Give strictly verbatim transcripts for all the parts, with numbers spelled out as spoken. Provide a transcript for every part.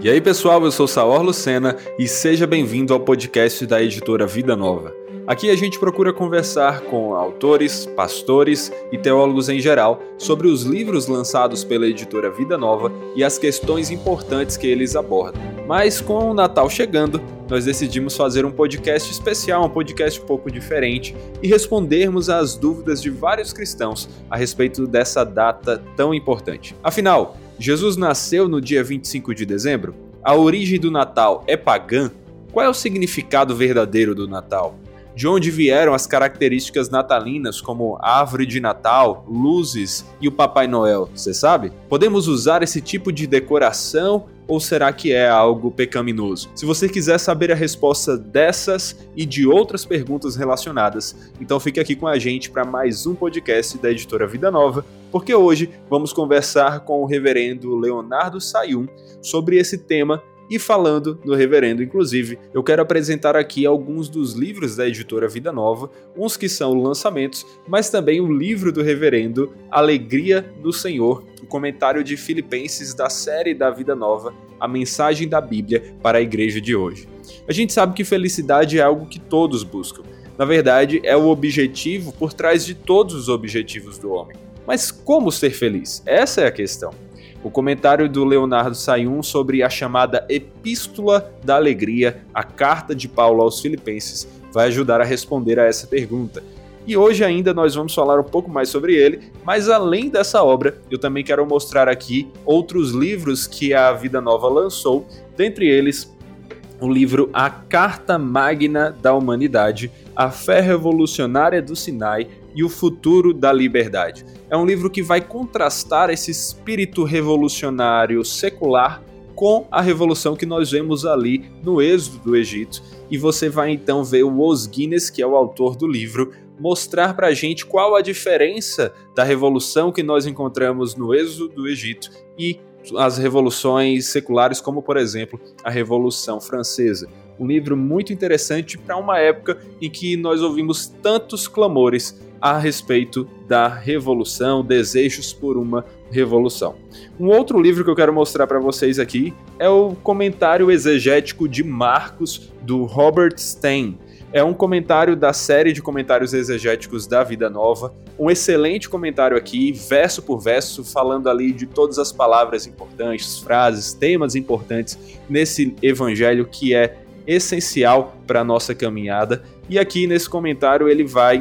E aí pessoal, eu sou Saor Lucena e seja bem-vindo ao podcast da editora Vida Nova. Aqui a gente procura conversar com autores, pastores e teólogos em geral sobre os livros lançados pela editora Vida Nova e as questões importantes que eles abordam. Mas com o Natal chegando, nós decidimos fazer um podcast especial, um podcast um pouco diferente e respondermos às dúvidas de vários cristãos a respeito dessa data tão importante. Afinal, Jesus nasceu no dia vinte e cinco de dezembro? A origem do Natal é pagã? Qual é o significado verdadeiro do Natal? De onde vieram as características natalinas como árvore de Natal, luzes e o Papai Noel, você sabe? Podemos usar esse tipo de decoração ou será que é algo pecaminoso? Se você quiser saber a resposta dessas e de outras perguntas relacionadas, então fique aqui com a gente para mais um podcast da editora Vida Nova, porque hoje vamos conversar com o reverendo Leonardo Sayum sobre esse tema. E falando no reverendo, inclusive, eu quero apresentar aqui alguns dos livros da editora Vida Nova, uns que são lançamentos, mas também o livro do reverendo Alegria do Senhor, o comentário de Filipenses da série da Vida Nova, a mensagem da Bíblia para a igreja de hoje. A gente sabe que felicidade é algo que todos buscam. Na verdade, é o objetivo por trás de todos os objetivos do homem. Mas como ser feliz? Essa é a questão. O comentário do Leonardo Sayum sobre a chamada Epístola da Alegria, a carta de Paulo aos Filipenses, vai ajudar a responder a essa pergunta. E hoje ainda nós vamos falar um pouco mais sobre ele, mas além dessa obra, eu também quero mostrar aqui outros livros que a Vida Nova lançou, dentre eles o livro A Carta Magna da Humanidade, A Fé Revolucionária do Sinai e o Futuro da Liberdade. É um livro que vai contrastar esse espírito revolucionário secular com a revolução que nós vemos ali no êxodo do Egito. E você vai então ver o Os Guinness, que é o autor do livro, mostrar pra gente qual a diferença da revolução que nós encontramos no êxodo do Egito e as revoluções seculares, como por exemplo a Revolução Francesa. Um livro muito interessante para uma época em que nós ouvimos tantos clamores a respeito da revolução, desejos por uma revolução. Um outro livro que eu quero mostrar para vocês aqui é o comentário exegético de Marcos, do Robert Stein. É um comentário da série de comentários exegéticos da Vida Nova, um excelente comentário aqui, verso por verso, falando ali de todas as palavras importantes, frases, temas importantes nesse evangelho que é essencial para a nossa caminhada. E aqui nesse comentário ele vai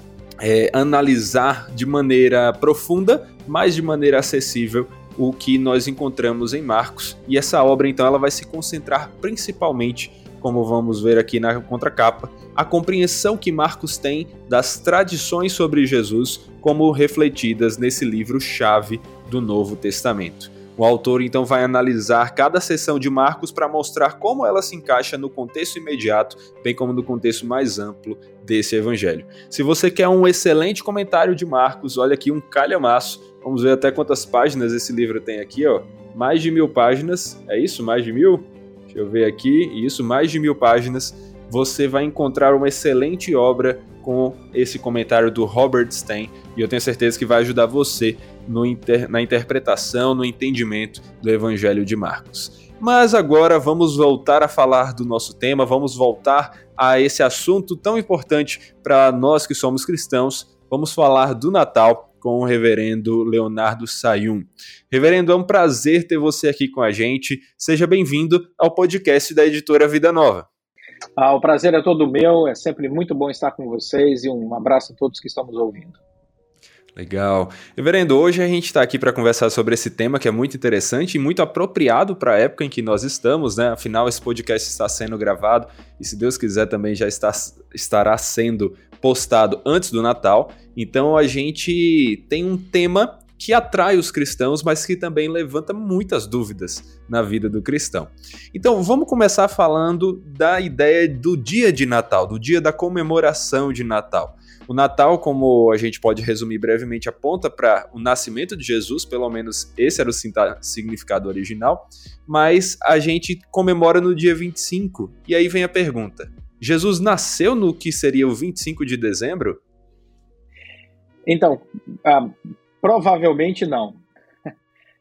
É, analisar de maneira profunda, mas de maneira acessível, o que nós encontramos em Marcos. E essa obra, então, ela vai se concentrar principalmente, como vamos ver aqui na contracapa, a compreensão que Marcos tem das tradições sobre Jesus, como refletidas nesse livro-chave do Novo Testamento. O autor, então, vai analisar cada seção de Marcos para mostrar como ela se encaixa no contexto imediato, bem como no contexto mais amplo desse evangelho. Se você quer um excelente comentário de Marcos, olha aqui um calhamaço. Vamos ver até quantas páginas esse livro tem aqui, ó. Mais de mil páginas, é isso? Mais de mil? Deixa eu ver aqui, isso, mais de mil páginas. Você vai encontrar uma excelente obra com esse comentário do Robert Stein, e eu tenho certeza que vai ajudar você no inter... na interpretação, no entendimento do Evangelho de Marcos. Mas agora vamos voltar a falar do nosso tema, vamos voltar a esse assunto tão importante para nós que somos cristãos. Vamos falar do Natal com o reverendo Leonardo Sayum. Reverendo, é um prazer ter você aqui com a gente. Seja bem-vindo ao podcast da editora Vida Nova. Ah, o prazer é todo meu, é sempre muito bom estar com vocês e um abraço a todos que estão nos ouvindo. Legal. Reverendo, hoje a gente está aqui para conversar sobre esse tema que é muito interessante e muito apropriado para a época em que nós estamos, né? Afinal, esse podcast está sendo gravado e, se Deus quiser, também já está, estará sendo postado antes do Natal. Então, a gente tem um tema que atrai os cristãos, mas que também levanta muitas dúvidas na vida do cristão. Então, vamos começar falando da ideia do dia de Natal, do dia da comemoração de Natal. O Natal, como a gente pode resumir brevemente, aponta para o nascimento de Jesus, pelo menos esse era o significado original, mas a gente comemora no dia vinte e cinco, e aí vem a pergunta: Jesus nasceu no que seria o vinte e cinco de dezembro? Então, ah, provavelmente não.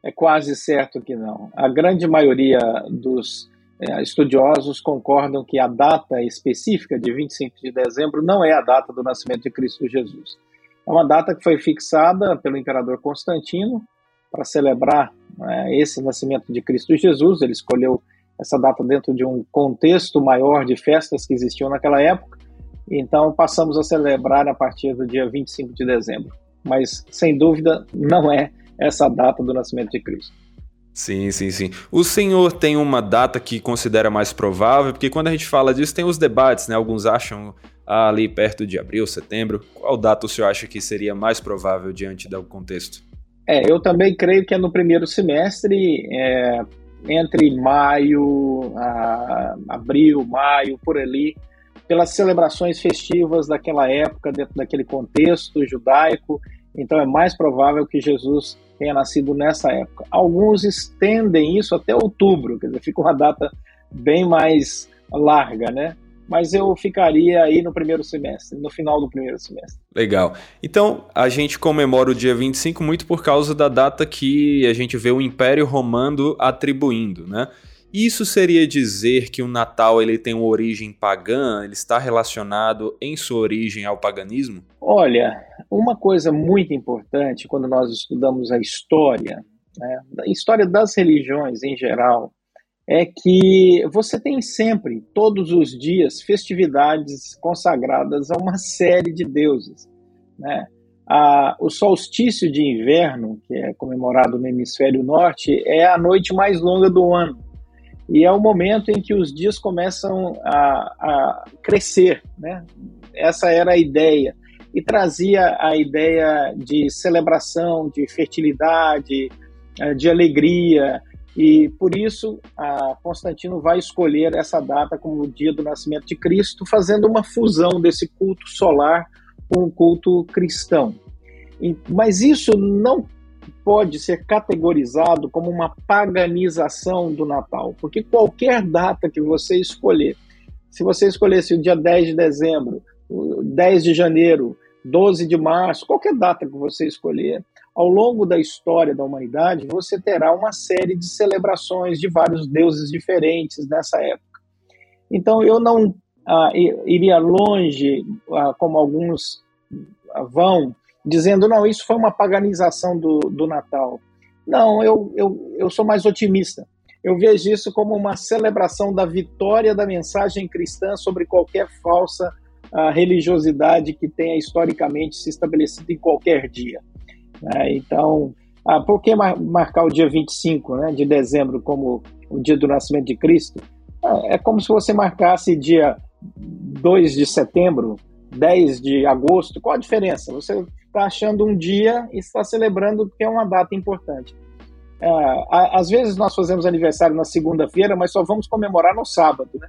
é quase certo que não. A grande maioria dos é, estudiosos concordam que a data específica de vinte e cinco de dezembro não é a data do nascimento de Cristo Jesus. É uma data que foi fixada pelo imperador Constantino para celebrar é, esse nascimento de Cristo Jesus. Ele escolheu essa data dentro de um contexto maior de festas que existiam naquela época. Então, passamos a celebrar a partir do dia vinte e cinco de dezembro. Mas, sem dúvida, não é essa data do nascimento de Cristo. Sim, sim, sim. O senhor tem uma data que considera mais provável? Porque quando a gente fala disso, tem os debates, né? Alguns acham ah, ali perto de abril, setembro. Qual data o senhor acha que seria mais provável diante do contexto? É, eu também creio que é no primeiro semestre, é, entre maio, a, abril, maio, por ali, pelas celebrações festivas daquela época, dentro daquele contexto judaico. Então é mais provável que Jesus tenha nascido nessa época. Alguns estendem isso até outubro, quer dizer, fica uma data bem mais larga, né? Mas eu ficaria aí no primeiro semestre, no final do primeiro semestre. Legal. Então, a gente comemora o dia vinte e cinco muito por causa da data que a gente vê o Império Romano atribuindo, né? Isso seria dizer que o Natal ele tem uma origem pagã, ele está relacionado em sua origem ao paganismo? Olha, uma coisa muito importante quando nós estudamos a história, né, a história das religiões em geral, é que você tem sempre, todos os dias, festividades consagradas a uma série de deuses, né? A, o solstício de inverno, que é comemorado no hemisfério norte, é a noite mais longa do ano. E é o momento em que os dias começam a, a crescer, né? Essa era a ideia. E trazia a ideia de celebração, de fertilidade, de alegria. E por isso a Constantino vai escolher essa data como o dia do nascimento de Cristo, fazendo uma fusão desse culto solar com o culto cristão. E, mas isso não pode ser categorizado como uma paganização do Natal, porque qualquer data que você escolher, se você escolhesse o dia dez de dezembro, dez de janeiro, doze de março, qualquer data que você escolher, ao longo da história da humanidade, você terá uma série de celebrações de vários deuses diferentes nessa época. Então, eu não ah, iria longe, ah, como alguns ah, vão, dizendo, não, isso foi uma paganização do, do Natal. Não, eu, eu, eu sou mais otimista. Eu vejo isso como uma celebração da vitória da mensagem cristã sobre qualquer falsa uh, religiosidade que tenha historicamente se estabelecido em qualquer dia. Uh, então, uh, por que mar- marcar o dia vinte e cinco, né, de dezembro como o dia do nascimento de Cristo? Uh, é como se você marcasse dia dois de setembro, dez de agosto. Qual a diferença? Você está achando um dia e está celebrando porque é uma data importante. É, às vezes nós fazemos aniversário na segunda-feira, mas só vamos comemorar no sábado, né?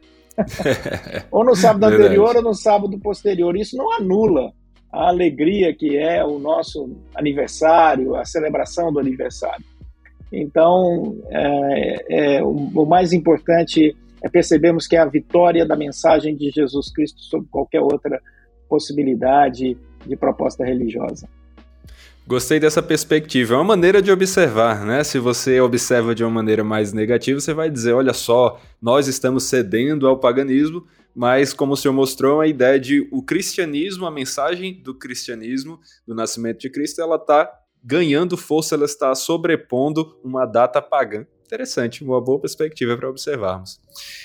Ou no sábado anterior ou no sábado posterior. Isso não anula a alegria que é o nosso aniversário, a celebração do aniversário. Então, é, é, o, o mais importante é percebermos que é a vitória da mensagem de Jesus Cristo sobre qualquer outra possibilidade de proposta religiosa. Gostei dessa perspectiva. É uma maneira de observar, né? Se você observa de uma maneira mais negativa, você vai dizer, olha só, nós estamos cedendo ao paganismo, mas como o senhor mostrou, a ideia de o cristianismo, a mensagem do cristianismo, do nascimento de Cristo, ela está ganhando força, ela está sobrepondo uma data pagã. Interessante, uma boa perspectiva para observarmos.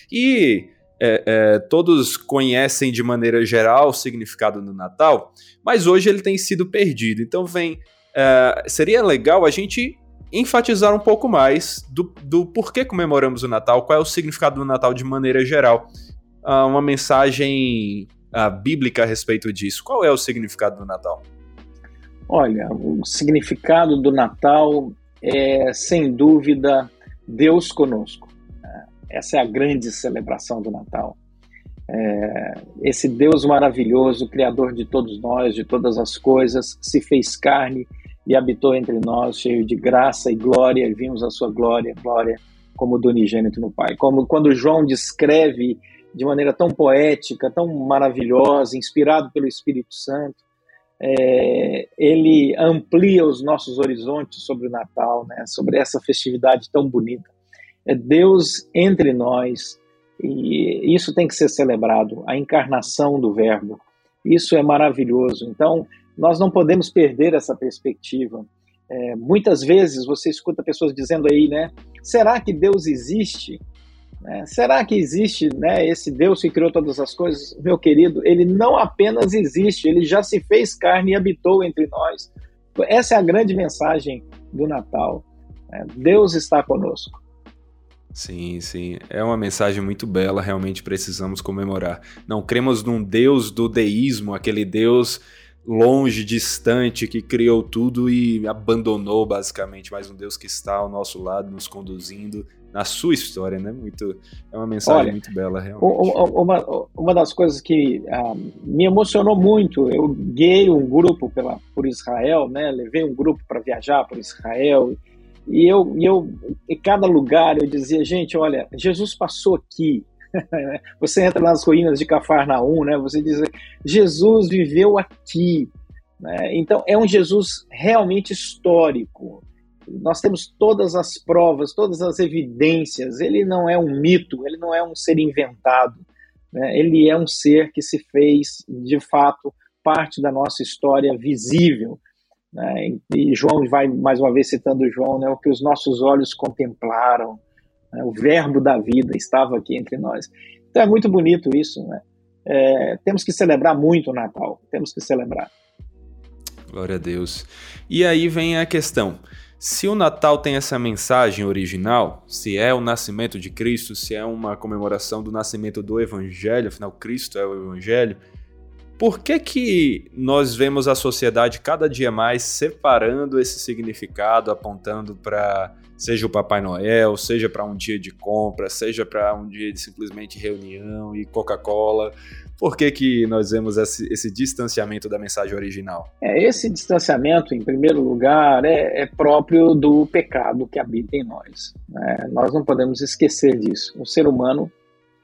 E é, é, todos conhecem de maneira geral o significado do Natal, mas hoje ele tem sido perdido. Então vem, é, seria legal a gente enfatizar um pouco mais do, do porquê comemoramos o Natal, qual é o significado do Natal de maneira geral. Ah, uma mensagem ah, bíblica a respeito disso. Qual é o significado do Natal? Olha, o significado do Natal é, sem dúvida, Deus conosco. Essa é a grande celebração do Natal. É, esse Deus maravilhoso, Criador de todos nós, de todas as coisas, se fez carne e habitou entre nós, cheio de graça e glória, e vimos a sua glória, glória como do unigênito no Pai. Como quando João descreve de maneira tão poética, tão maravilhosa, inspirado pelo Espírito Santo, é, ele amplia os nossos horizontes sobre o Natal, né? Sobre essa festividade tão bonita. É Deus entre nós, e isso tem que ser celebrado, a encarnação do Verbo. Isso é maravilhoso. Então, nós não podemos perder essa perspectiva. É, muitas vezes você escuta pessoas dizendo aí, né? Será que Deus existe? Né? Será que existe, né, esse Deus que criou todas as coisas? Meu querido, ele não apenas existe, ele já se fez carne e habitou entre nós. Essa é a grande mensagem do Natal. Né? Deus está conosco. Sim, sim. É uma mensagem muito bela, realmente precisamos comemorar. Não cremos num Deus do deísmo, aquele Deus longe, distante, que criou tudo e abandonou basicamente, mas um Deus que está ao nosso lado, nos conduzindo na sua história, né? Muito, é uma mensagem Olha, muito bela, realmente. Uma, uma das coisas que ah, me emocionou muito, eu guiei um grupo pela, por Israel, né? Levei um grupo para viajar por Israel, e eu, e eu, em cada lugar eu dizia, gente, olha, Jesus passou aqui. Você entra nas ruínas de Cafarnaum, né? Você diz, Jesus viveu aqui, né? Então é um Jesus realmente histórico. Nós temos todas as provas, todas as evidências. Ele não é um mito, ele não é um ser inventado, né? Ele é um ser que se fez, de fato, parte da nossa história visível, né? E João vai, mais uma vez citando João, né? O que os nossos olhos contemplaram, né? O verbo da vida estava aqui entre nós. Então é muito bonito isso, né? É, temos que celebrar muito o Natal, temos que celebrar. Glória a Deus. E aí vem a questão, se o Natal tem essa mensagem original, se é o nascimento de Cristo, se é uma comemoração do nascimento do Evangelho, afinal Cristo é o Evangelho, por que que nós vemos a sociedade cada dia mais separando esse significado, apontando para, seja o Papai Noel, seja para um dia de compra, seja para um dia de simplesmente reunião e Coca-Cola? Por que que nós vemos esse, esse distanciamento da mensagem original? É, esse distanciamento, em primeiro lugar, é, é próprio do pecado que habita em nós, né? Nós não podemos esquecer disso. O ser humano,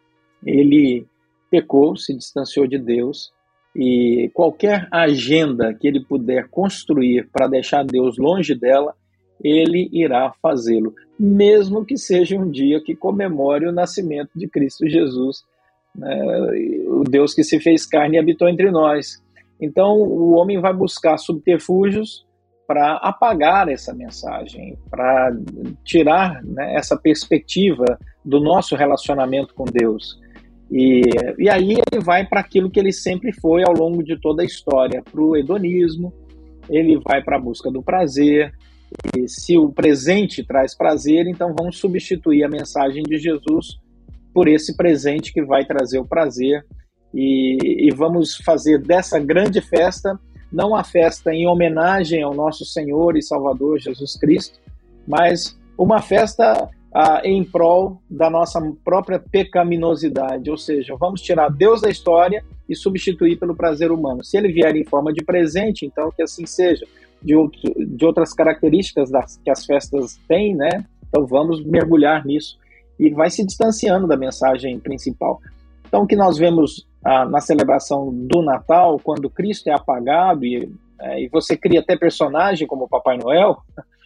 ele pecou, se distanciou de Deus, e qualquer agenda que ele puder construir para deixar Deus longe dela, ele irá fazê-lo, mesmo que seja um dia que comemore o nascimento de Cristo Jesus, né? O Deus que se fez carne e habitou entre nós. Então o homem vai buscar subterfúgios para apagar essa mensagem, para tirar, né, essa perspectiva do nosso relacionamento com Deus. E, e aí ele vai para aquilo que ele sempre foi ao longo de toda a história, para o hedonismo, ele vai para a busca do prazer. E se o presente traz prazer, então vamos substituir a mensagem de Jesus por esse presente que vai trazer o prazer, e, e vamos fazer dessa grande festa, não a festa em homenagem ao nosso Senhor e Salvador Jesus Cristo, mas uma festa ah, em prol da nossa própria pecaminosidade, ou seja, vamos tirar Deus da história e substituir pelo prazer humano. Se ele vier em forma de presente, então que assim seja, de, outro, de outras características das, que as festas têm, né? Então vamos mergulhar nisso, e vai se distanciando da mensagem principal. Então o que nós vemos ah, na celebração do Natal, quando Cristo é apagado e, é, e você cria até personagem como o Papai Noel,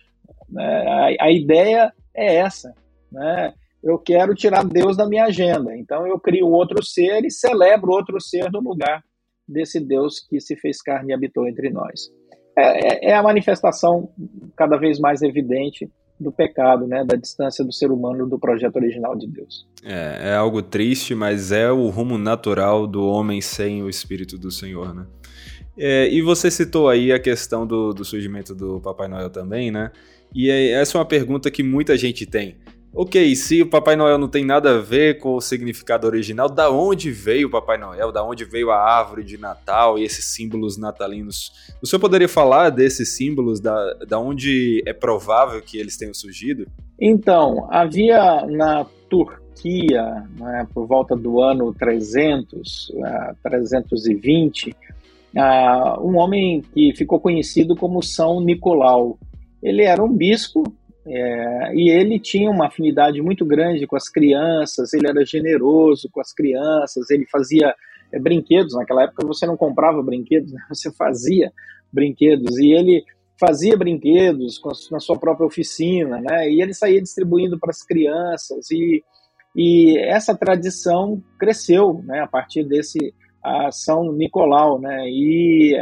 né, a, a ideia é essa, né? Eu quero tirar Deus da minha agenda, então eu crio outro ser e celebro outro ser no lugar desse Deus que se fez carne e habitou entre nós. É, é a manifestação cada vez mais evidente do pecado, né, da distância do ser humano do projeto original de Deus. É, é algo triste, mas é o rumo natural do homem sem o Espírito do Senhor, né? É, e você citou aí a questão do, do surgimento do Papai Noel também, né? E essa é uma pergunta que muita gente tem. Ok, se o Papai Noel não tem nada a ver com o significado original, da onde veio o Papai Noel? Da onde veio a árvore de Natal e esses símbolos natalinos? O senhor poderia falar desses símbolos, da, da onde é provável que eles tenham surgido? Então, havia na Turquia, né, por volta do ano trezentos, uh, trezentos e vinte, uh, um homem que ficou conhecido como São Nicolau. Ele era um bispo, É, e ele tinha uma afinidade muito grande com as crianças, ele era generoso com as crianças, ele fazia é, brinquedos. Naquela época você não comprava brinquedos, né? Você fazia brinquedos, e ele fazia brinquedos com, na sua própria oficina, né? E ele saía distribuindo para as crianças, e, e essa tradição cresceu, né, a partir desse a São Nicolau, né? E,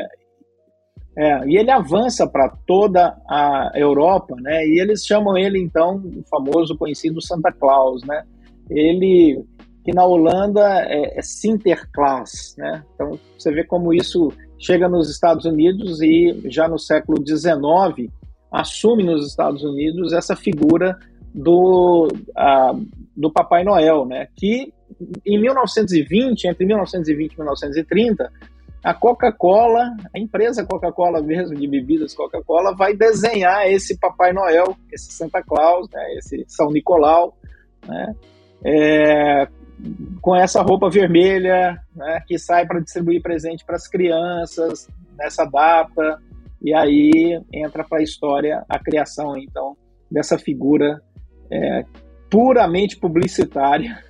é, e ele avança para toda a Europa, né? E eles chamam ele, então, o famoso, conhecido Santa Claus, né? Ele, que na Holanda é, é Sinterklaas, né? Então, você vê como isso chega nos Estados Unidos, e já no século dezenove assume nos Estados Unidos essa figura do, a, do Papai Noel, né? Que em mil novecentos e vinte, entre mil novecentos e vinte e mil novecentos e trinta, a Coca-Cola, a empresa Coca-Cola mesmo, de bebidas Coca-Cola, vai desenhar esse Papai Noel, esse Santa Claus, né? Esse São Nicolau, né? É, com essa roupa vermelha, né, que sai para distribuir presente para as crianças nessa data, e aí entra para a história a criação, então, dessa figura é, puramente publicitária,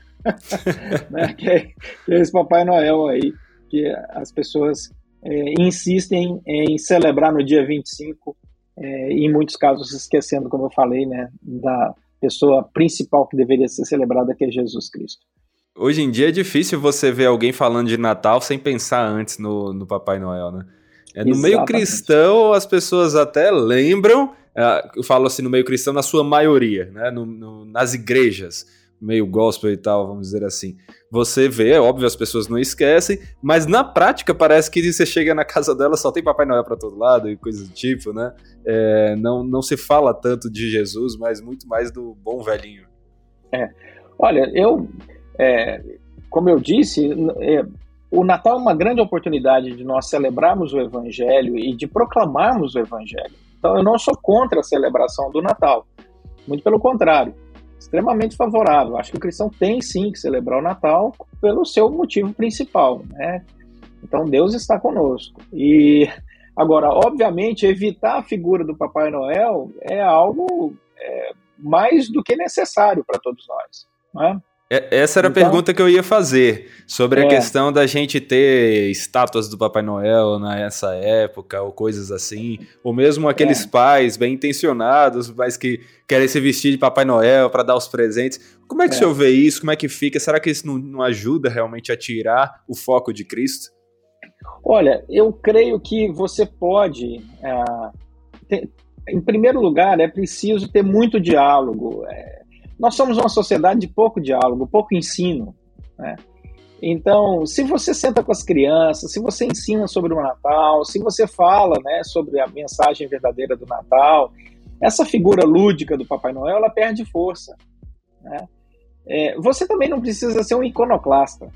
né, que, é, que é esse Papai Noel aí, que as pessoas é, insistem em celebrar no dia vinte e cinco, é, e em muitos casos esquecendo, como eu falei, né, da pessoa principal que deveria ser celebrada, que é Jesus Cristo. Hoje em dia é difícil você ver alguém falando de Natal sem pensar antes no, no Papai Noel, né? É, no Exatamente. meio cristão, as pessoas até lembram, uh, eu falo assim, no meio cristão, na sua maioria, né? No, no, nas igrejas, meio gospel e tal, vamos dizer assim. Você vê, é óbvio, as pessoas não esquecem, mas na prática parece que você chega na casa dela, só tem Papai Noel para todo lado e coisas do tipo, né? É, não, não se fala tanto de Jesus, mas muito mais do bom velhinho. É, olha, eu... É, como eu disse, é, o Natal é uma grande oportunidade de nós celebrarmos o Evangelho e de proclamarmos o Evangelho. Então, eu não sou contra a celebração do Natal, muito pelo contrário, extremamente favorável. Acho que o cristão tem sim que celebrar o Natal pelo seu motivo principal, né? Então, Deus está conosco. E agora, obviamente, evitar a figura do Papai Noel é algo é, mais do que necessário para todos nós, não é? Essa era então, a pergunta que eu ia fazer, sobre é, a questão da gente ter estátuas do Papai Noel nessa época, ou coisas assim, ou mesmo aqueles é. pais bem intencionados, mas que querem se vestir de Papai Noel para dar os presentes. Como é que é. o senhor vê isso? Como é que fica? Será que isso não, não ajuda realmente a tirar o foco de Cristo? Olha, eu creio que você pode... Uh, ter, em primeiro lugar, é preciso ter muito diálogo. É, Nós somos uma sociedade de pouco diálogo, pouco ensino, né? Então, se você senta com as crianças, se você ensina sobre o Natal, se você fala, né, sobre a mensagem verdadeira do Natal, essa figura lúdica do Papai Noel, ela perde força, né? É, você também não precisa ser um iconoclasta.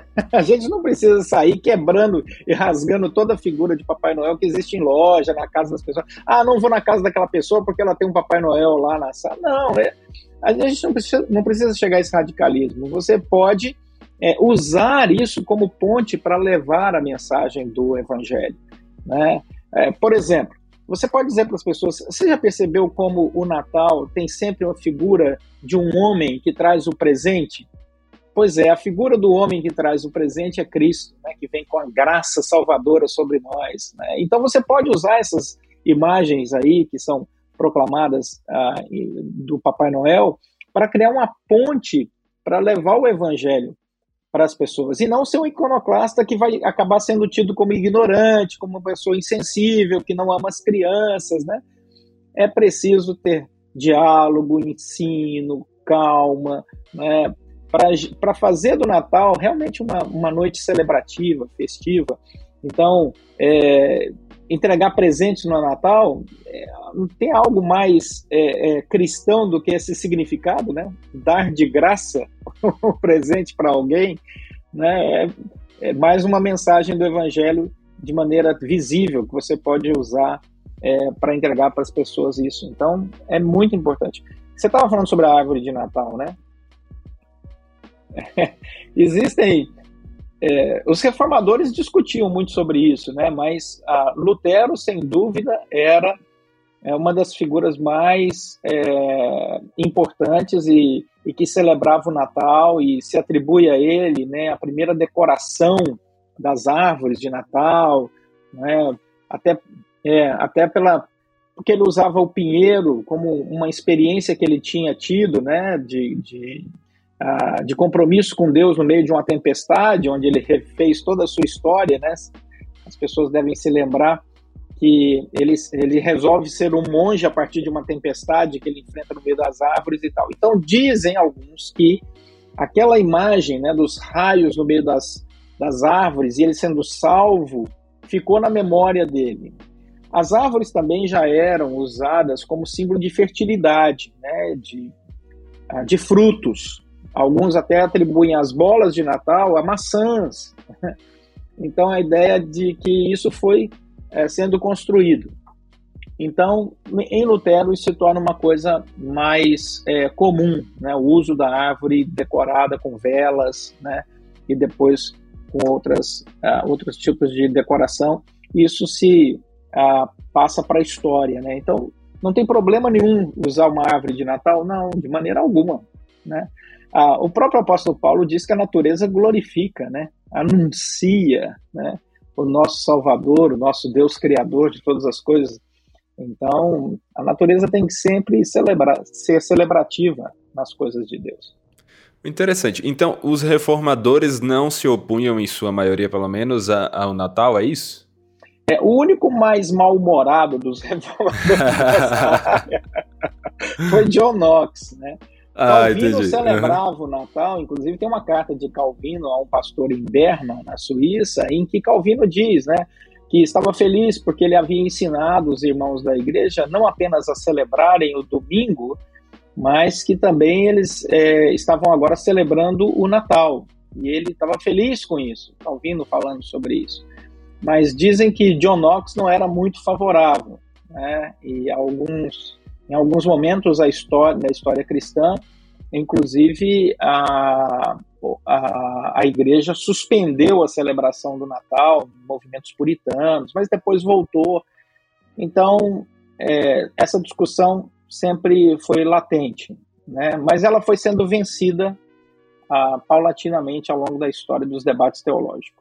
A gente não precisa sair quebrando e rasgando toda a figura de Papai Noel que existe em loja, na casa das pessoas. Ah, não vou na casa daquela pessoa porque ela tem um Papai Noel lá na sala. Não, é, a gente não precisa, não precisa chegar a esse radicalismo. Você pode é, usar isso como ponte para levar a mensagem do Evangelho, né? É, por exemplo, você pode dizer para as pessoas, você já percebeu como o Natal tem sempre uma figura de um homem que traz o presente? Pois é, a figura do homem que traz o presente é Cristo, né, que vem com a graça salvadora sobre nós, né? Então você pode usar essas imagens aí que são proclamadas ah, do Papai Noel para criar uma ponte para levar o Evangelho para as pessoas, e não ser um iconoclasta que vai acabar sendo tido como ignorante, como uma pessoa insensível, que não ama as crianças, né? É preciso ter diálogo, ensino, calma, né? Para fazer do Natal realmente uma, uma noite celebrativa, festiva. Então, é, entregar presentes no Natal, é, não tem algo mais é, é, cristão do que esse significado, né? Dar de graça um presente para alguém, né? É, é mais uma mensagem do Evangelho de maneira visível, que você pode usar é, para entregar para as pessoas isso. Então, é muito importante. Você estava falando sobre a árvore de Natal, né? Existem é, os reformadores discutiam muito sobre isso, né? Mas a Lutero, sem dúvida, era é, uma das figuras mais é, importantes e, e que celebrava o Natal, e se atribui a ele, né, a primeira decoração das árvores de Natal, né? até, é, até pela, porque ele usava o pinheiro como uma experiência que ele tinha tido, né? de, de, uh, de compromisso com Deus no meio de uma tempestade, onde ele refez toda a sua história, né? As pessoas devem se lembrar que ele, ele resolve ser um monge a partir de uma tempestade que ele enfrenta no meio das árvores e tal. Então dizem alguns que aquela imagem, né, dos raios no meio das, das árvores e ele sendo salvo ficou na memória dele. As árvores também já eram usadas como símbolo de fertilidade, né, de, de frutos. Alguns até atribuem as bolas de Natal a maçãs. Então a ideia de que isso foi é, sendo construído. Então, em Lutero, isso se torna uma coisa mais é, comum, né? O uso da árvore decorada com velas, né? E depois com outras, uh, outros tipos de decoração. Isso se uh, passa para a história, né? Então, não tem problema nenhum usar uma árvore de Natal? Não, de maneira alguma, né? Uh, o próprio apóstolo Paulo diz que a natureza glorifica, né? Anuncia, né? O nosso Salvador, o nosso Deus Criador de todas as coisas. Então, a natureza tem que sempre celebrar, ser celebrativa nas coisas de Deus. Interessante. Então, os reformadores não se opunham, em sua maioria, pelo menos, a, ao Natal, é isso? É, o único mais mal-humorado dos reformadores dessa área foi John Knox, né? Ah, Calvino entendi. celebrava Uhum. o Natal, inclusive tem uma carta de Calvino a um pastor em Berna, na Suíça, em que Calvino diz, né, que estava feliz porque ele havia ensinado os irmãos da igreja não apenas a celebrarem o domingo, mas que também eles é, estavam agora celebrando o Natal. E ele estava feliz com isso, Calvino falando sobre isso. Mas dizem que John Knox não era muito favorável, né, e alguns... Em alguns momentos a história, da história cristã, inclusive a, a, a igreja suspendeu a celebração do Natal, movimentos puritanos, mas depois voltou. Então, é, essa discussão sempre foi latente, né? Mas ela foi sendo vencida ah, paulatinamente ao longo da história dos debates teológicos.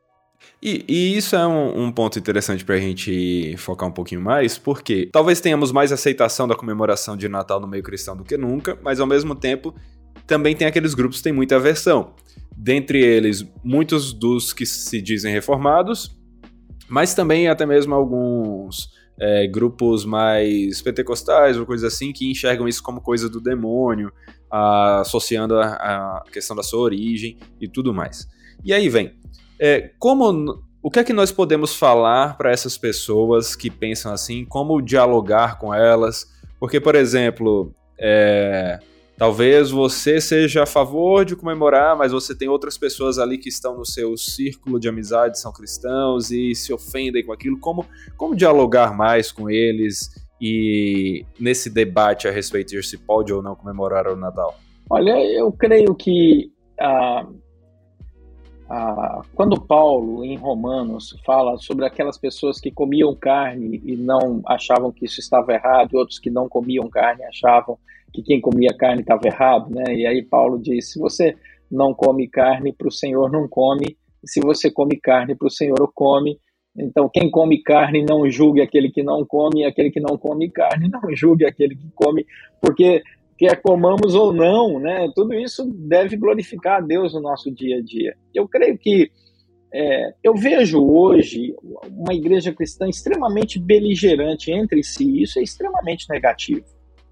E, e isso é um, um ponto interessante para a gente focar um pouquinho mais, porque talvez tenhamos mais aceitação da comemoração de Natal no meio cristão do que nunca, mas ao mesmo tempo também tem aqueles grupos que têm muita aversão. Dentre eles, muitos dos que se dizem reformados, mas também até mesmo alguns é, grupos mais pentecostais ou coisa assim, que enxergam isso como coisa do demônio, a, associando a, a questão da sua origem e tudo mais. E aí vem... É, como, o que é que nós podemos falar para essas pessoas que pensam assim, como dialogar com elas? Porque, por exemplo, é, talvez você seja a favor de comemorar, mas você tem outras pessoas ali que estão no seu círculo de amizade, são cristãos e se ofendem com aquilo. Como, como dialogar mais com eles e nesse debate a respeito de se pode ou não comemorar o Natal? Olha, eu creio que... Uh... Ah, quando Paulo, em Romanos, fala sobre aquelas pessoas que comiam carne e não achavam que isso estava errado, e outros que não comiam carne achavam que quem comia carne estava errado, né? E aí Paulo diz, se você não come carne, para o Senhor não come, e se você come carne, para o Senhor o come. Então, quem come carne não julgue aquele que não come, e aquele que não come carne não julgue aquele que come, porque... quer comamos ou não, né? Tudo isso deve glorificar a Deus no nosso dia a dia. Eu creio que é, eu vejo hoje uma igreja cristã extremamente beligerante entre si, isso é extremamente negativo,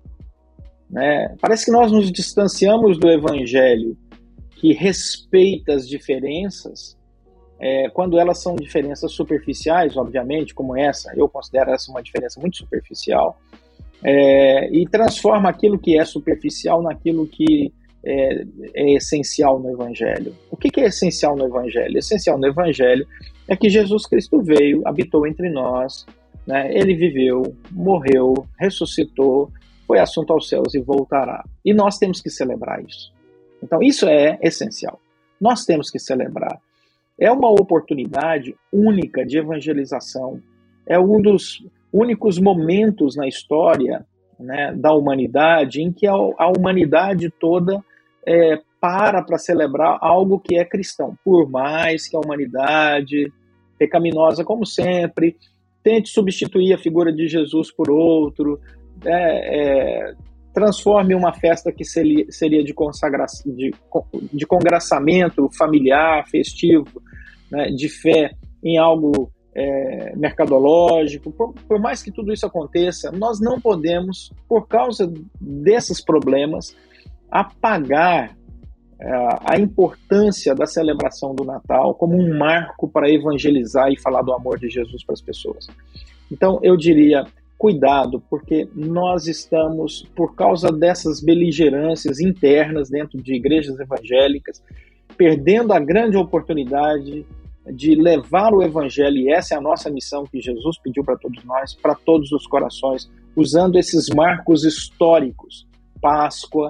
né? Parece que nós nos distanciamos do evangelho que respeita as diferenças, é, quando elas são diferenças superficiais, obviamente, como essa, eu considero essa uma diferença muito superficial, É, e transforma aquilo que é superficial naquilo que é, é essencial no Evangelho. O que, que é essencial no Evangelho? Essencial no Evangelho é que Jesus Cristo veio, habitou entre nós, né? Ele viveu, morreu, ressuscitou, foi assunto aos céus e voltará. E nós temos que celebrar isso. Então isso é essencial. Nós temos que celebrar. É uma oportunidade única de evangelização. É um dos únicos momentos na história, né, da humanidade em que a, a humanidade toda é, para para celebrar algo que é cristão, por mais que a humanidade, pecaminosa como sempre, tente substituir a figura de Jesus por outro, é, é, transforme uma festa que seria, seria de, consagração, de, de congraçamento familiar, festivo, né, de fé, em algo é, mercadológico. Por, por mais que tudo isso aconteça, nós não podemos, por causa desses problemas, apagar é, a importância da celebração do Natal como um marco para evangelizar e falar do amor de Jesus para as pessoas. Então, eu diria, cuidado, porque nós estamos, por causa dessas beligerâncias internas dentro de igrejas evangélicas, perdendo a grande oportunidade de levar o evangelho, e essa é a nossa missão que Jesus pediu para todos nós, para todos os corações, usando esses marcos históricos, Páscoa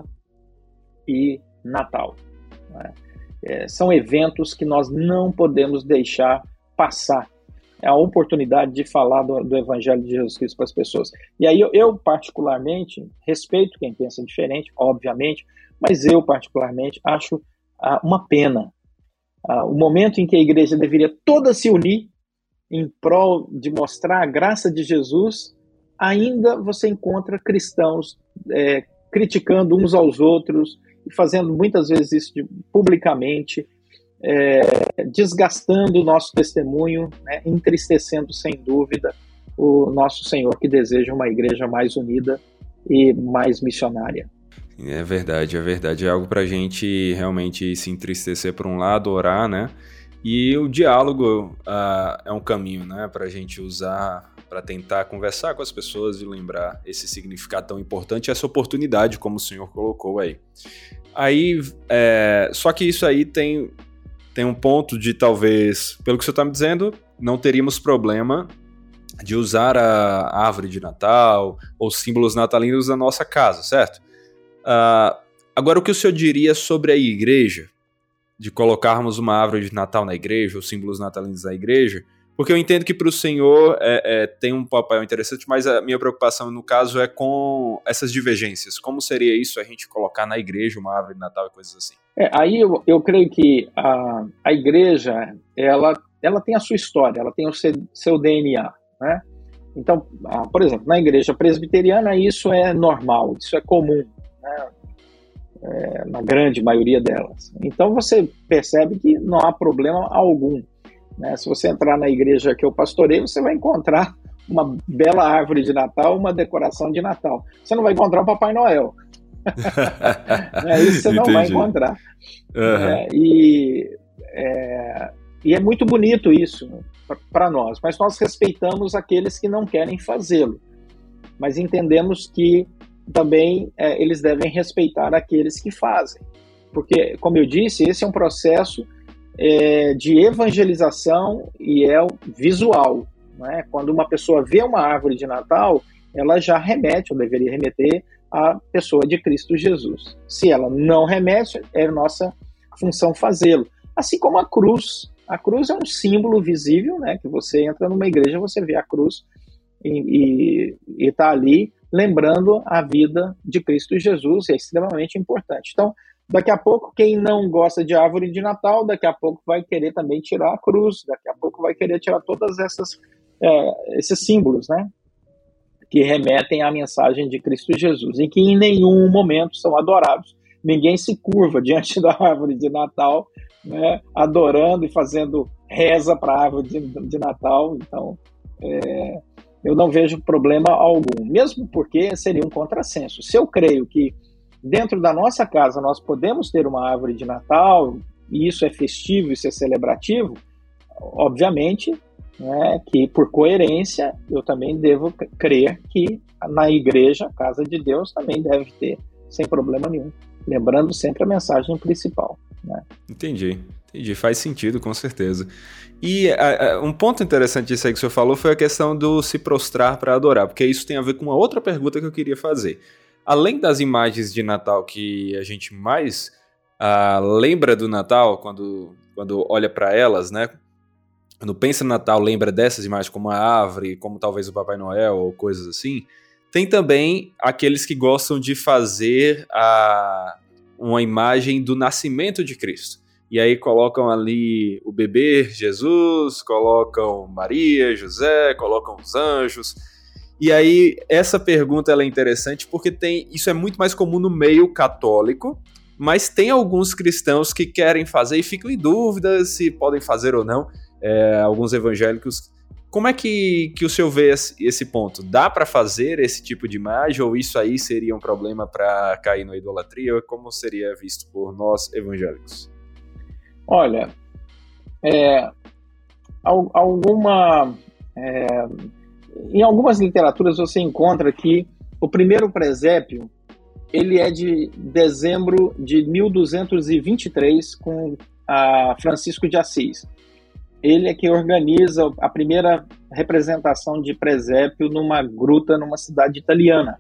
e Natal. Né? É, são eventos que nós não podemos deixar passar. É a oportunidade de falar do, do Evangelho de Jesus Cristo para as pessoas. E aí eu, eu, particularmente, respeito quem pensa diferente, obviamente, mas eu, particularmente, acho ah, uma pena. Ah, o momento em que a igreja deveria toda se unir em prol de mostrar a graça de Jesus, ainda você encontra cristãos é, criticando uns aos outros, e fazendo muitas vezes isso de, publicamente, é, desgastando o nosso testemunho, né, entristecendo sem dúvida o nosso Senhor, que deseja uma igreja mais unida e mais missionária. É verdade, é verdade. É algo para a gente realmente se entristecer por um lado, orar, né? E o diálogo uh, é um caminho, né, para a gente usar para tentar conversar com as pessoas e lembrar esse significado tão importante, essa oportunidade, como o senhor colocou aí. Aí, é, só que isso aí tem, tem um ponto de talvez, pelo que o senhor está me dizendo, não teríamos problema de usar a árvore de Natal ou símbolos natalinos na nossa casa, certo? Uh, agora, o que o senhor diria sobre a igreja, de colocarmos uma árvore de Natal na igreja, ou símbolos natalinos na igreja? Porque eu entendo que para o senhor é, é, tem um papel interessante, mas a minha preocupação no caso é com essas divergências. Como seria isso, a gente colocar na igreja uma árvore de Natal e coisas assim? É, aí eu, eu creio que a, a igreja, ela, ela tem a sua história, ela tem o seu, seu D N A, né? Então, a, por exemplo, na igreja presbiteriana isso é normal, isso é comum, né? É, na grande maioria delas. Então você percebe que não há problema algum, né? Se você entrar na igreja que eu pastorei, você vai encontrar uma bela árvore de Natal, uma decoração de Natal. Você não vai encontrar o Papai Noel. É, isso você não Entendi. vai encontrar. Uhum. É, e, é, e é muito bonito isso para nós, mas nós respeitamos aqueles que não querem fazê-lo, mas entendemos que também é, eles devem respeitar aqueles que fazem, porque, como eu disse, esse é um processo é, de evangelização e é visual, né? Quando uma pessoa vê uma árvore de Natal, ela já remete, ou deveria remeter, à pessoa de Cristo Jesus. Se ela não remete, é nossa função fazê-lo. Assim como a cruz. A cruz é um símbolo visível, né? Que você entra numa igreja, você vê a cruz e está ali lembrando a vida de Cristo Jesus, é extremamente importante. Então, daqui a pouco, quem não gosta de árvore de Natal, daqui a pouco vai querer também tirar a cruz, daqui a pouco vai querer tirar todas essas é, esses símbolos, né, que remetem à mensagem de Cristo Jesus, e que em nenhum momento são adorados. Ninguém se curva diante da árvore de Natal, né, adorando e fazendo reza para a árvore de, de Natal. Então, é, eu não vejo problema algum, mesmo porque seria um contrassenso. Se eu creio que dentro da nossa casa nós podemos ter uma árvore de Natal, e isso é festivo, isso é celebrativo, obviamente, né, que por coerência eu também devo crer que na igreja, a casa de Deus, também deve ter, sem problema nenhum, lembrando sempre a mensagem principal, né? Entendi, entendi, faz sentido, com certeza. E a, a, um ponto interessante disso aí que o senhor falou foi a questão do se prostrar para adorar, porque isso tem a ver com uma outra pergunta que eu queria fazer. Além das imagens de Natal que a gente mais uh, lembra do Natal, quando, quando olha para elas, né? Quando pensa no Natal, lembra dessas imagens como a árvore, como talvez o Papai Noel ou coisas assim, tem também aqueles que gostam de fazer a, uma imagem do nascimento de Cristo. E aí colocam ali o bebê Jesus, colocam Maria, José, colocam os anjos. E aí essa pergunta ela é interessante porque tem, isso é muito mais comum no meio católico, mas tem alguns cristãos que querem fazer e ficam em dúvida se podem fazer ou não. É, alguns evangélicos. Como é que, que o senhor vê esse, esse ponto? Dá para fazer esse tipo de imagem ou isso aí seria um problema para cair na idolatria? Como seria visto por nós evangélicos? Olha, é, alguma, é, em algumas literaturas você encontra que o primeiro presépio ele é de dezembro de mil duzentos e vinte e três com a Francisco de Assis. Ele é que organiza a primeira representação de presépio numa gruta numa cidade italiana.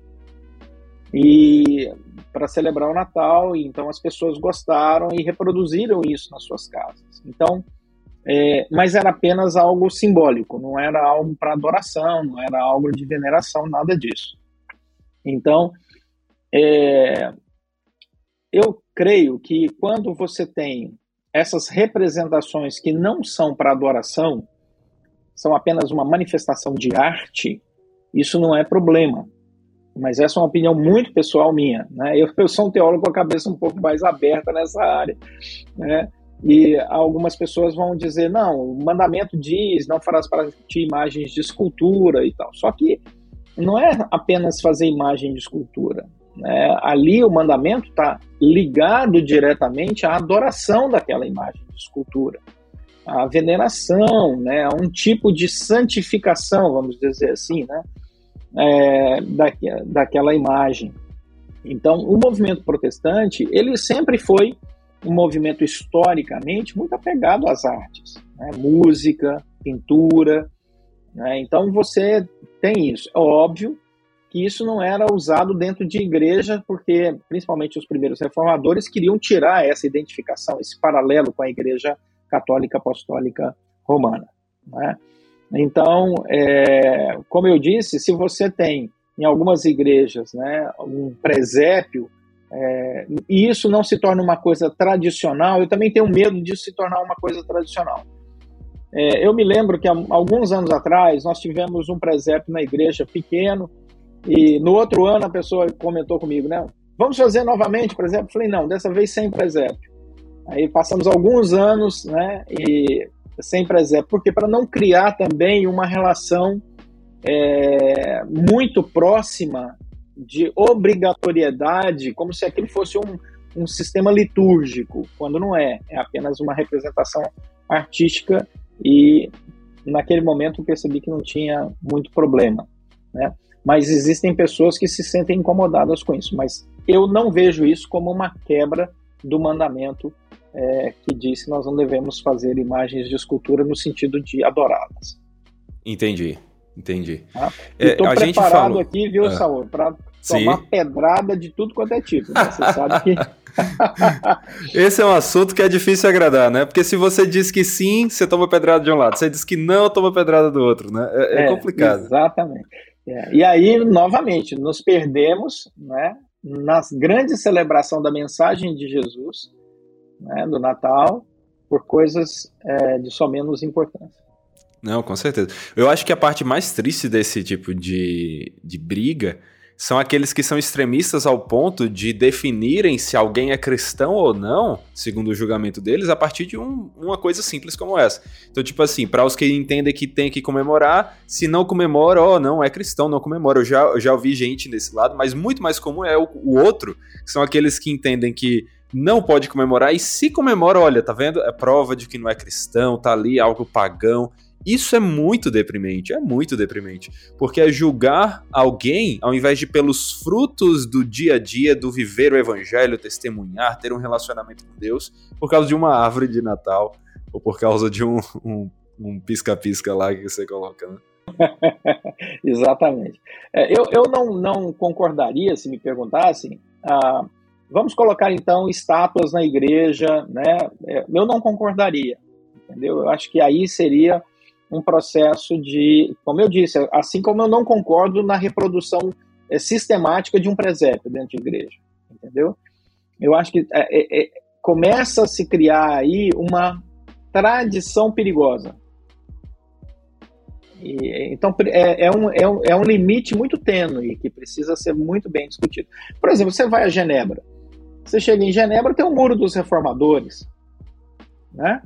E para celebrar o Natal, então as pessoas gostaram e reproduziram isso nas suas casas. Então, é, mas era apenas algo simbólico, não era algo para adoração, não era algo de veneração, nada disso. Então, é, eu creio que quando você tem essas representações que não são para adoração, são apenas uma manifestação de arte, isso não é problema. Mas essa é uma opinião muito pessoal minha, né? Eu, eu sou um teólogo com a cabeça um pouco mais aberta nessa área, né? E algumas pessoas vão dizer, não, o mandamento diz, não farás para ti imagens de escultura e tal. Só que não é apenas fazer imagem de escultura, né? Ali o mandamento está ligado diretamente à adoração daquela imagem de escultura, à veneração, né? A um tipo de santificação, vamos dizer assim, né? É, da, daquela imagem. Então, o movimento protestante, ele sempre foi um movimento historicamente muito apegado às artes, né? Música, pintura, né? Então você tem isso. É óbvio que isso não era usado dentro de igreja, porque principalmente os primeiros reformadores queriam tirar essa identificação, esse paralelo com a Igreja Católica Apostólica Romana, né? Então, é, como eu disse, se você tem em algumas igrejas, né, um presépio, é, e isso não se torna uma coisa tradicional, eu também tenho medo disso se tornar uma coisa tradicional. É, eu me lembro que há alguns anos atrás nós tivemos um presépio na igreja pequeno, e no outro ano a pessoa comentou comigo, né, vamos fazer novamente o presépio? Eu falei, não, dessa vez sem presépio. Aí passamos alguns anos, né, e sem presépio, porque para não criar também uma relação é, muito próxima de obrigatoriedade, como se aquilo fosse um, um sistema litúrgico, quando não é, é apenas uma representação artística, e naquele momento eu percebi que não tinha muito problema, né? Mas existem pessoas que se sentem incomodadas com isso, mas eu não vejo isso como uma quebra do mandamento É, que diz que nós não devemos fazer imagens de escultura no sentido de adorá-las. Entendi, entendi. Tá? Estou é, preparado gente falou... aqui, viu, ah. Saúl, para tomar pedrada de tudo quanto é tipo. Né? Você sabe que... Esse é um assunto que é difícil agradar, né? Porque se você diz que sim, você toma pedrada de um lado. Se você diz que não, toma pedrada do outro, né? É, é, é complicado. Exatamente. É. E aí, novamente, nos perdemos, né, na grande celebração da mensagem de Jesus, né, do Natal, por coisas é, de só menos importância. Não, com certeza. Eu acho que a parte mais triste desse tipo de, de briga são aqueles que são extremistas ao ponto de definirem se alguém é cristão ou não, segundo o julgamento deles, a partir de um, uma coisa simples como essa. Então, tipo assim, para os que entendem que tem que comemorar, se não comemora, ó, oh, não é cristão, não comemora. Eu já, eu já ouvi gente desse lado, mas muito mais comum é o, o outro, que são aqueles que entendem que não pode comemorar, e se comemora, olha, tá vendo? É prova de que não é cristão, tá ali algo pagão. Isso é muito deprimente, é muito deprimente, porque é julgar alguém ao invés de pelos frutos do dia a dia, do viver o evangelho, testemunhar, ter um relacionamento com Deus, por causa de uma árvore de Natal, ou por causa de um, um, um pisca-pisca lá que você coloca, né? Exatamente. É, eu eu não, não concordaria se me perguntassem... Ah, vamos colocar, então, estátuas na igreja, né? Eu não concordaria, entendeu? Eu acho que aí seria um processo de, como eu disse, assim como eu não concordo na reprodução sistemática de um presépio dentro de igreja, entendeu? Eu acho que é, é, começa a se criar aí uma tradição perigosa. E, então, é, é, um, é, um, é um limite muito tênue que precisa ser muito bem discutido. Por exemplo, você vai a Genebra. Você chega em Genebra, tem o Muro dos Reformadores, né?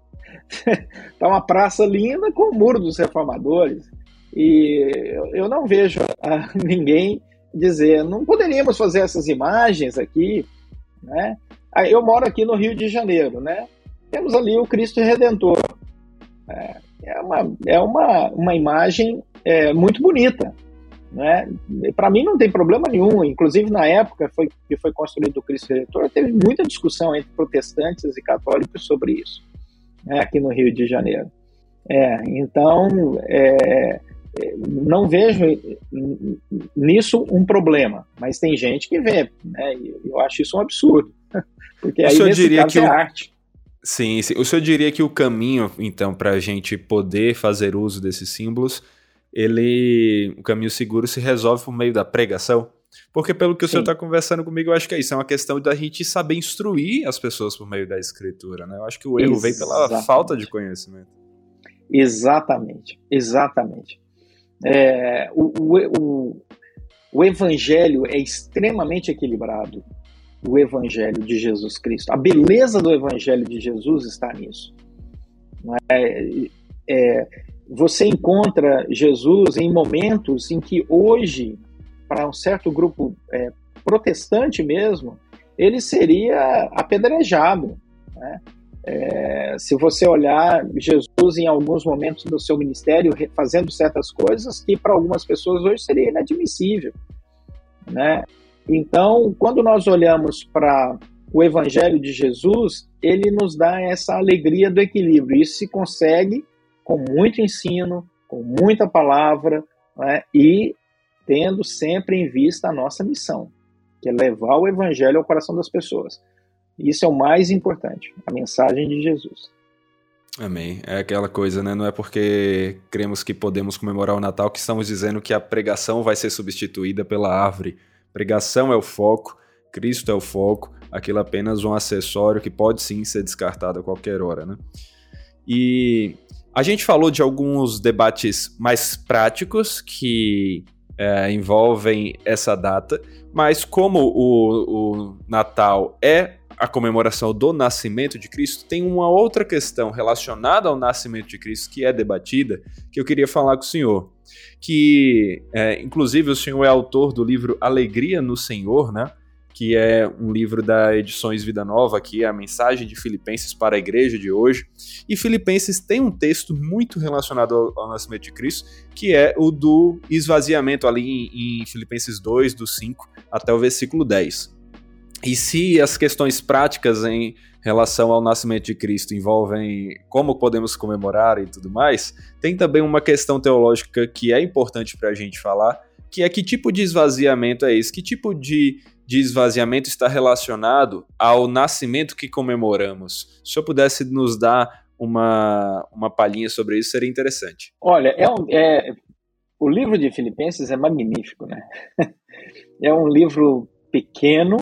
Tá uma praça linda com o Muro dos Reformadores. E eu não vejo a, ninguém dizer, não poderíamos fazer essas imagens aqui, né? Eu moro aqui no Rio de Janeiro, né? Temos ali o Cristo Redentor. É, é, uma, é uma, uma imagem é, muito bonita, né? Para mim não tem problema nenhum. Inclusive, na época foi, que foi construído o Cristo Redentor, teve muita discussão entre protestantes e católicos sobre isso, né? Aqui no Rio de Janeiro. É, então, é, não vejo nisso um problema, mas tem gente que vê, né? Eu acho isso um absurdo, porque o aí senhor nesse diria caso que é o... arte. Sim, sim, o senhor diria que o caminho, então, para a gente poder fazer uso desses símbolos, ele, o caminho seguro se resolve por meio da pregação? Porque pelo que o Sim. senhor está conversando comigo, eu acho que é isso, é uma questão da gente saber instruir as pessoas por meio da escritura, né? Eu acho que o erro vem pela falta de conhecimento. Exatamente, exatamente. É, o, o, o, o evangelho é extremamente equilibrado, o evangelho de Jesus Cristo. A beleza do evangelho de Jesus está nisso. É, é, você encontra Jesus em momentos em que hoje, para um certo grupo é, protestante mesmo, ele seria apedrejado, né? É, se você olhar Jesus em alguns momentos do seu ministério fazendo certas coisas que para algumas pessoas hoje seria inadmissível, né? Então, quando nós olhamos para o Evangelho de Jesus, ele nos dá essa alegria do equilíbrio. Isso se consegue com muito ensino, com muita palavra, né? E tendo sempre em vista a nossa missão, que é levar o Evangelho ao coração das pessoas. Isso é o mais importante, a mensagem de Jesus. Amém. É aquela coisa, né? Não é porque cremos que podemos comemorar o Natal que estamos dizendo que a pregação vai ser substituída pela árvore. Pregação é o foco, Cristo é o foco, aquilo é apenas um acessório que pode sim ser descartado a qualquer hora, né? E a gente falou de alguns debates mais práticos que é, envolvem essa data, mas como o, o Natal é a comemoração do nascimento de Cristo, tem uma outra questão relacionada ao nascimento de Cristo que é debatida, que eu queria falar com o senhor, que é, inclusive o senhor é autor do livro Alegria no Senhor, né? Que é um livro da Edições Vida Nova, que é a mensagem de Filipenses para a igreja de hoje. E Filipenses tem um texto muito relacionado ao, ao nascimento de Cristo, que é o do esvaziamento ali em, em Filipenses dois, do cinco até o versículo dez. E se as questões práticas em relação ao nascimento de Cristo envolvem como podemos comemorar e tudo mais, tem também uma questão teológica que é importante para a gente falar, que é que tipo de esvaziamento é esse? Que tipo de, de esvaziamento está relacionado ao nascimento que comemoramos? Se eu pudesse nos dar uma, uma palhinha sobre isso, seria interessante. Olha, é um, é, o livro de Filipenses é magnífico, né? É um livro pequeno,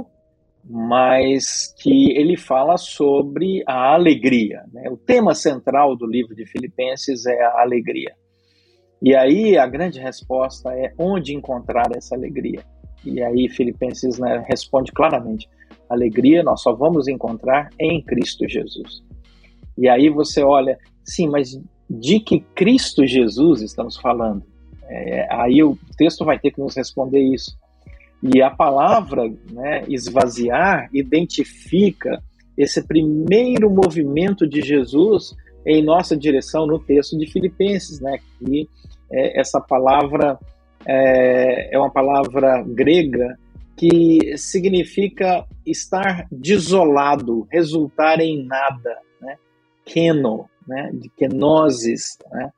mas que ele fala sobre a alegria, né? O tema central do livro de Filipenses é a alegria. E aí a grande resposta é onde encontrar essa alegria. E aí Filipenses, né, responde claramente, alegria nós só vamos encontrar em Cristo Jesus. E aí você olha, sim, mas de que Cristo Jesus estamos falando? É, aí o texto vai ter que nos responder isso. E a palavra, né, esvaziar identifica esse primeiro movimento de Jesus em nossa direção no texto de Filipenses, né? Que é, essa palavra é, é uma palavra grega que significa estar desolado, resultar em nada, né? Keno, né? De kenosis, né?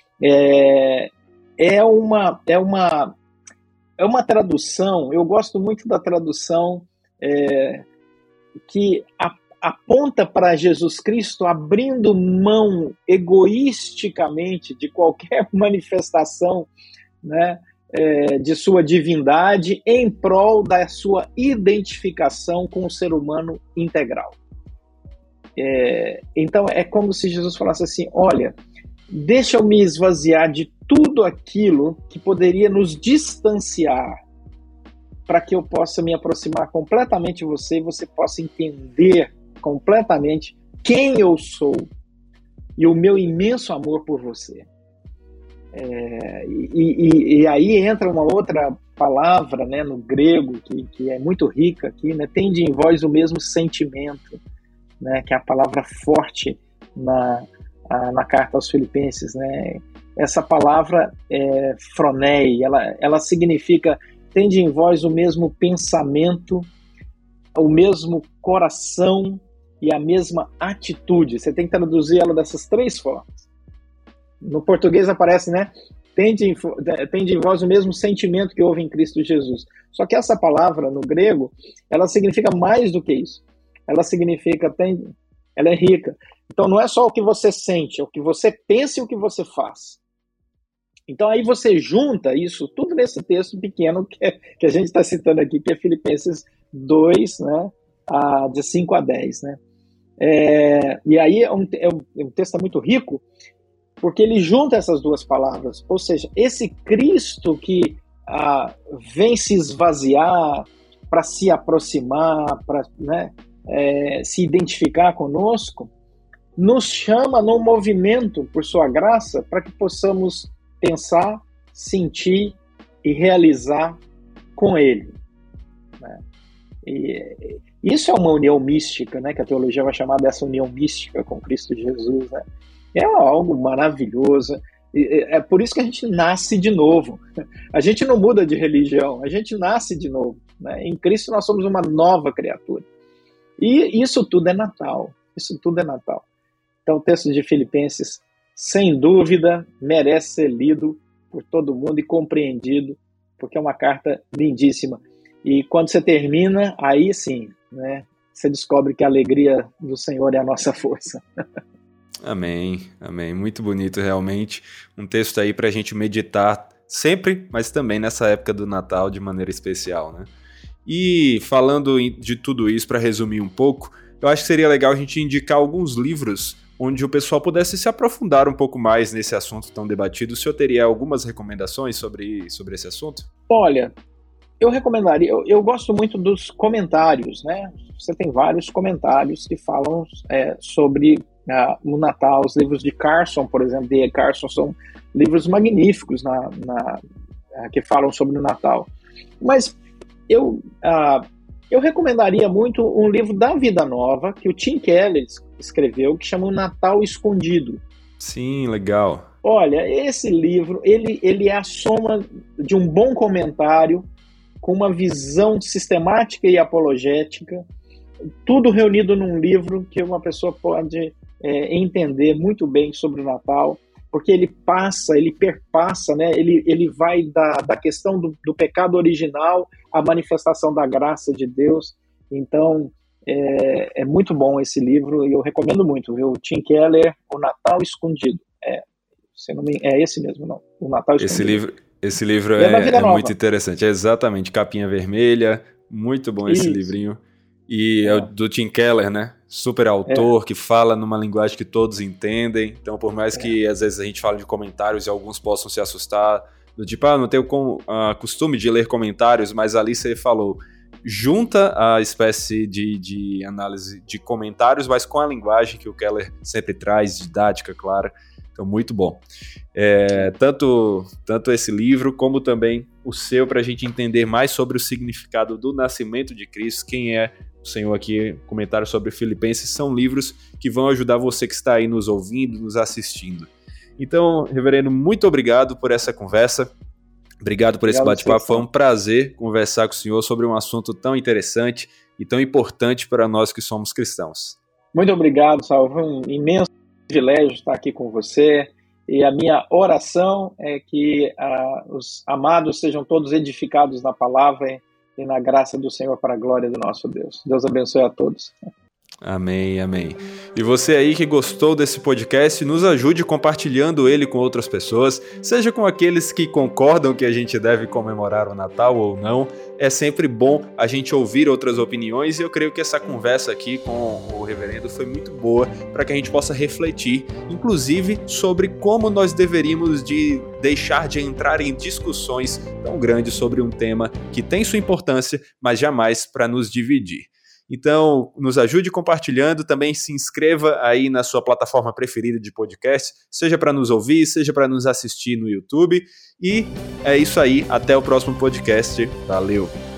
É, é uma é uma É uma tradução, eu gosto muito da tradução é, que a, aponta para Jesus Cristo abrindo mão egoisticamente de qualquer manifestação, né, é, de sua divindade em prol da sua identificação com o ser humano integral. É, então é como se Jesus falasse assim, olha, deixa eu me esvaziar de tudo aquilo que poderia nos distanciar para que eu possa me aproximar completamente de você e você possa entender completamente quem eu sou e o meu imenso amor por você. É, e, e, e aí entra uma outra palavra, né, no grego que, que é muito rica aqui, né, tende em vós o mesmo sentimento, né, que é a palavra forte na, a, na carta aos Filipenses, né? Essa palavra é phronei, ela, ela significa tende em vós o mesmo pensamento, o mesmo coração e a mesma atitude. Você tem que traduzir ela dessas três formas. No português aparece, né? Tende em, tende em vós o mesmo sentimento que houve em Cristo Jesus. Só que essa palavra, no grego, ela significa mais do que isso. Ela significa, tem, ela é rica. Então não é só o que você sente, é o que você pensa e o que você faz. Então aí você junta isso tudo nesse texto pequeno que, é, que a gente está citando aqui, que é Filipenses dois, né, a, de cinco a dez. Né? É, e aí é um, é um texto muito rico, porque ele junta essas duas palavras, ou seja, esse Cristo que ah, vem se esvaziar para se aproximar, para, né, é, se identificar conosco, nos chama num movimento, por sua graça, para que possamos pensar, sentir e realizar com ele. Né? E isso é uma união mística, né, que a teologia vai chamar dessa união mística com Cristo Jesus, né? É algo maravilhoso. É por isso que a gente nasce de novo. A gente não muda de religião, a gente nasce de novo. Né? Em Cristo nós somos uma nova criatura. E isso tudo é Natal. Isso tudo é Natal. Então o texto de Filipenses, sem dúvida, merece ser lido por todo mundo e compreendido, porque é uma carta lindíssima. E quando você termina, aí sim, né, você descobre que a alegria do Senhor é a nossa força. Amém, amém. Muito bonito, realmente. Um texto aí para a gente meditar sempre, mas também nessa época do Natal de maneira especial, né? E falando de tudo isso, para resumir um pouco, eu acho que seria legal a gente indicar alguns livros onde o pessoal pudesse se aprofundar um pouco mais nesse assunto tão debatido. O senhor teria algumas recomendações sobre, sobre esse assunto? Olha, eu recomendaria, eu, eu gosto muito dos comentários, né? Você tem vários comentários que falam é, sobre uh, o Natal. Os livros de Carson, por exemplo, de E. Carson, são livros magníficos na, na, uh, que falam sobre o Natal. Mas eu, uh, eu recomendaria muito um livro da Vida Nova, que o Tim Keller escreveu, que chama O Natal Escondido. Sim, legal. Olha, esse livro, ele, ele é a soma de um bom comentário, com uma visão sistemática e apologética, tudo reunido num livro que uma pessoa pode é, entender muito bem sobre o Natal, porque ele passa, ele perpassa, né? ele, ele vai da, da questão do, do pecado original à manifestação da graça de Deus. Então, é, é muito bom esse livro e eu recomendo muito, viu? Tim Keller, O Natal Escondido. É, se não me, é esse mesmo, não. O Natal Escondido. Esse livro... Esse livro é, é muito interessante, é exatamente, capinha vermelha, muito bom esse Isso. livrinho. E é. é o do Tim Keller, né? Super autor, é. que fala numa linguagem que todos entendem. Então, por mais é. que às vezes a gente fale de comentários e alguns possam se assustar, do tipo, ah, não tenho com, uh, costume de ler comentários, mas ali você falou, junta a espécie de, de análise de comentários, mas com a linguagem que o Keller sempre traz, didática, clara. Então, muito bom. É, tanto, tanto esse livro, como também o seu, para a gente entender mais sobre o significado do nascimento de Cristo, quem é o Senhor aqui, comentários sobre Filipenses, são livros que vão ajudar você que está aí nos ouvindo, nos assistindo. Então, reverendo, muito obrigado por essa conversa, obrigado por esse bate-papo, foi um prazer conversar com o senhor sobre um assunto tão interessante e tão importante para nós que somos cristãos. Muito obrigado, Salvo, foi um imenso privilégio estar aqui com você e a minha oração é que uh, os amados sejam todos edificados na palavra e, e na graça do Senhor para a glória do nosso Deus. Deus abençoe a todos. Amém, amém. E você aí que gostou desse podcast, nos ajude compartilhando ele com outras pessoas, seja com aqueles que concordam que a gente deve comemorar o Natal ou não. É sempre bom a gente ouvir outras opiniões e eu creio que essa conversa aqui com o reverendo foi muito boa para que a gente possa refletir, inclusive, sobre como nós deveríamos de deixar de entrar em discussões tão grandes sobre um tema que tem sua importância, mas jamais para nos dividir. Então, nos ajude compartilhando, também se inscreva aí na sua plataforma preferida de podcast, seja para nos ouvir, seja para nos assistir no YouTube. E é isso aí, até o próximo podcast. Valeu!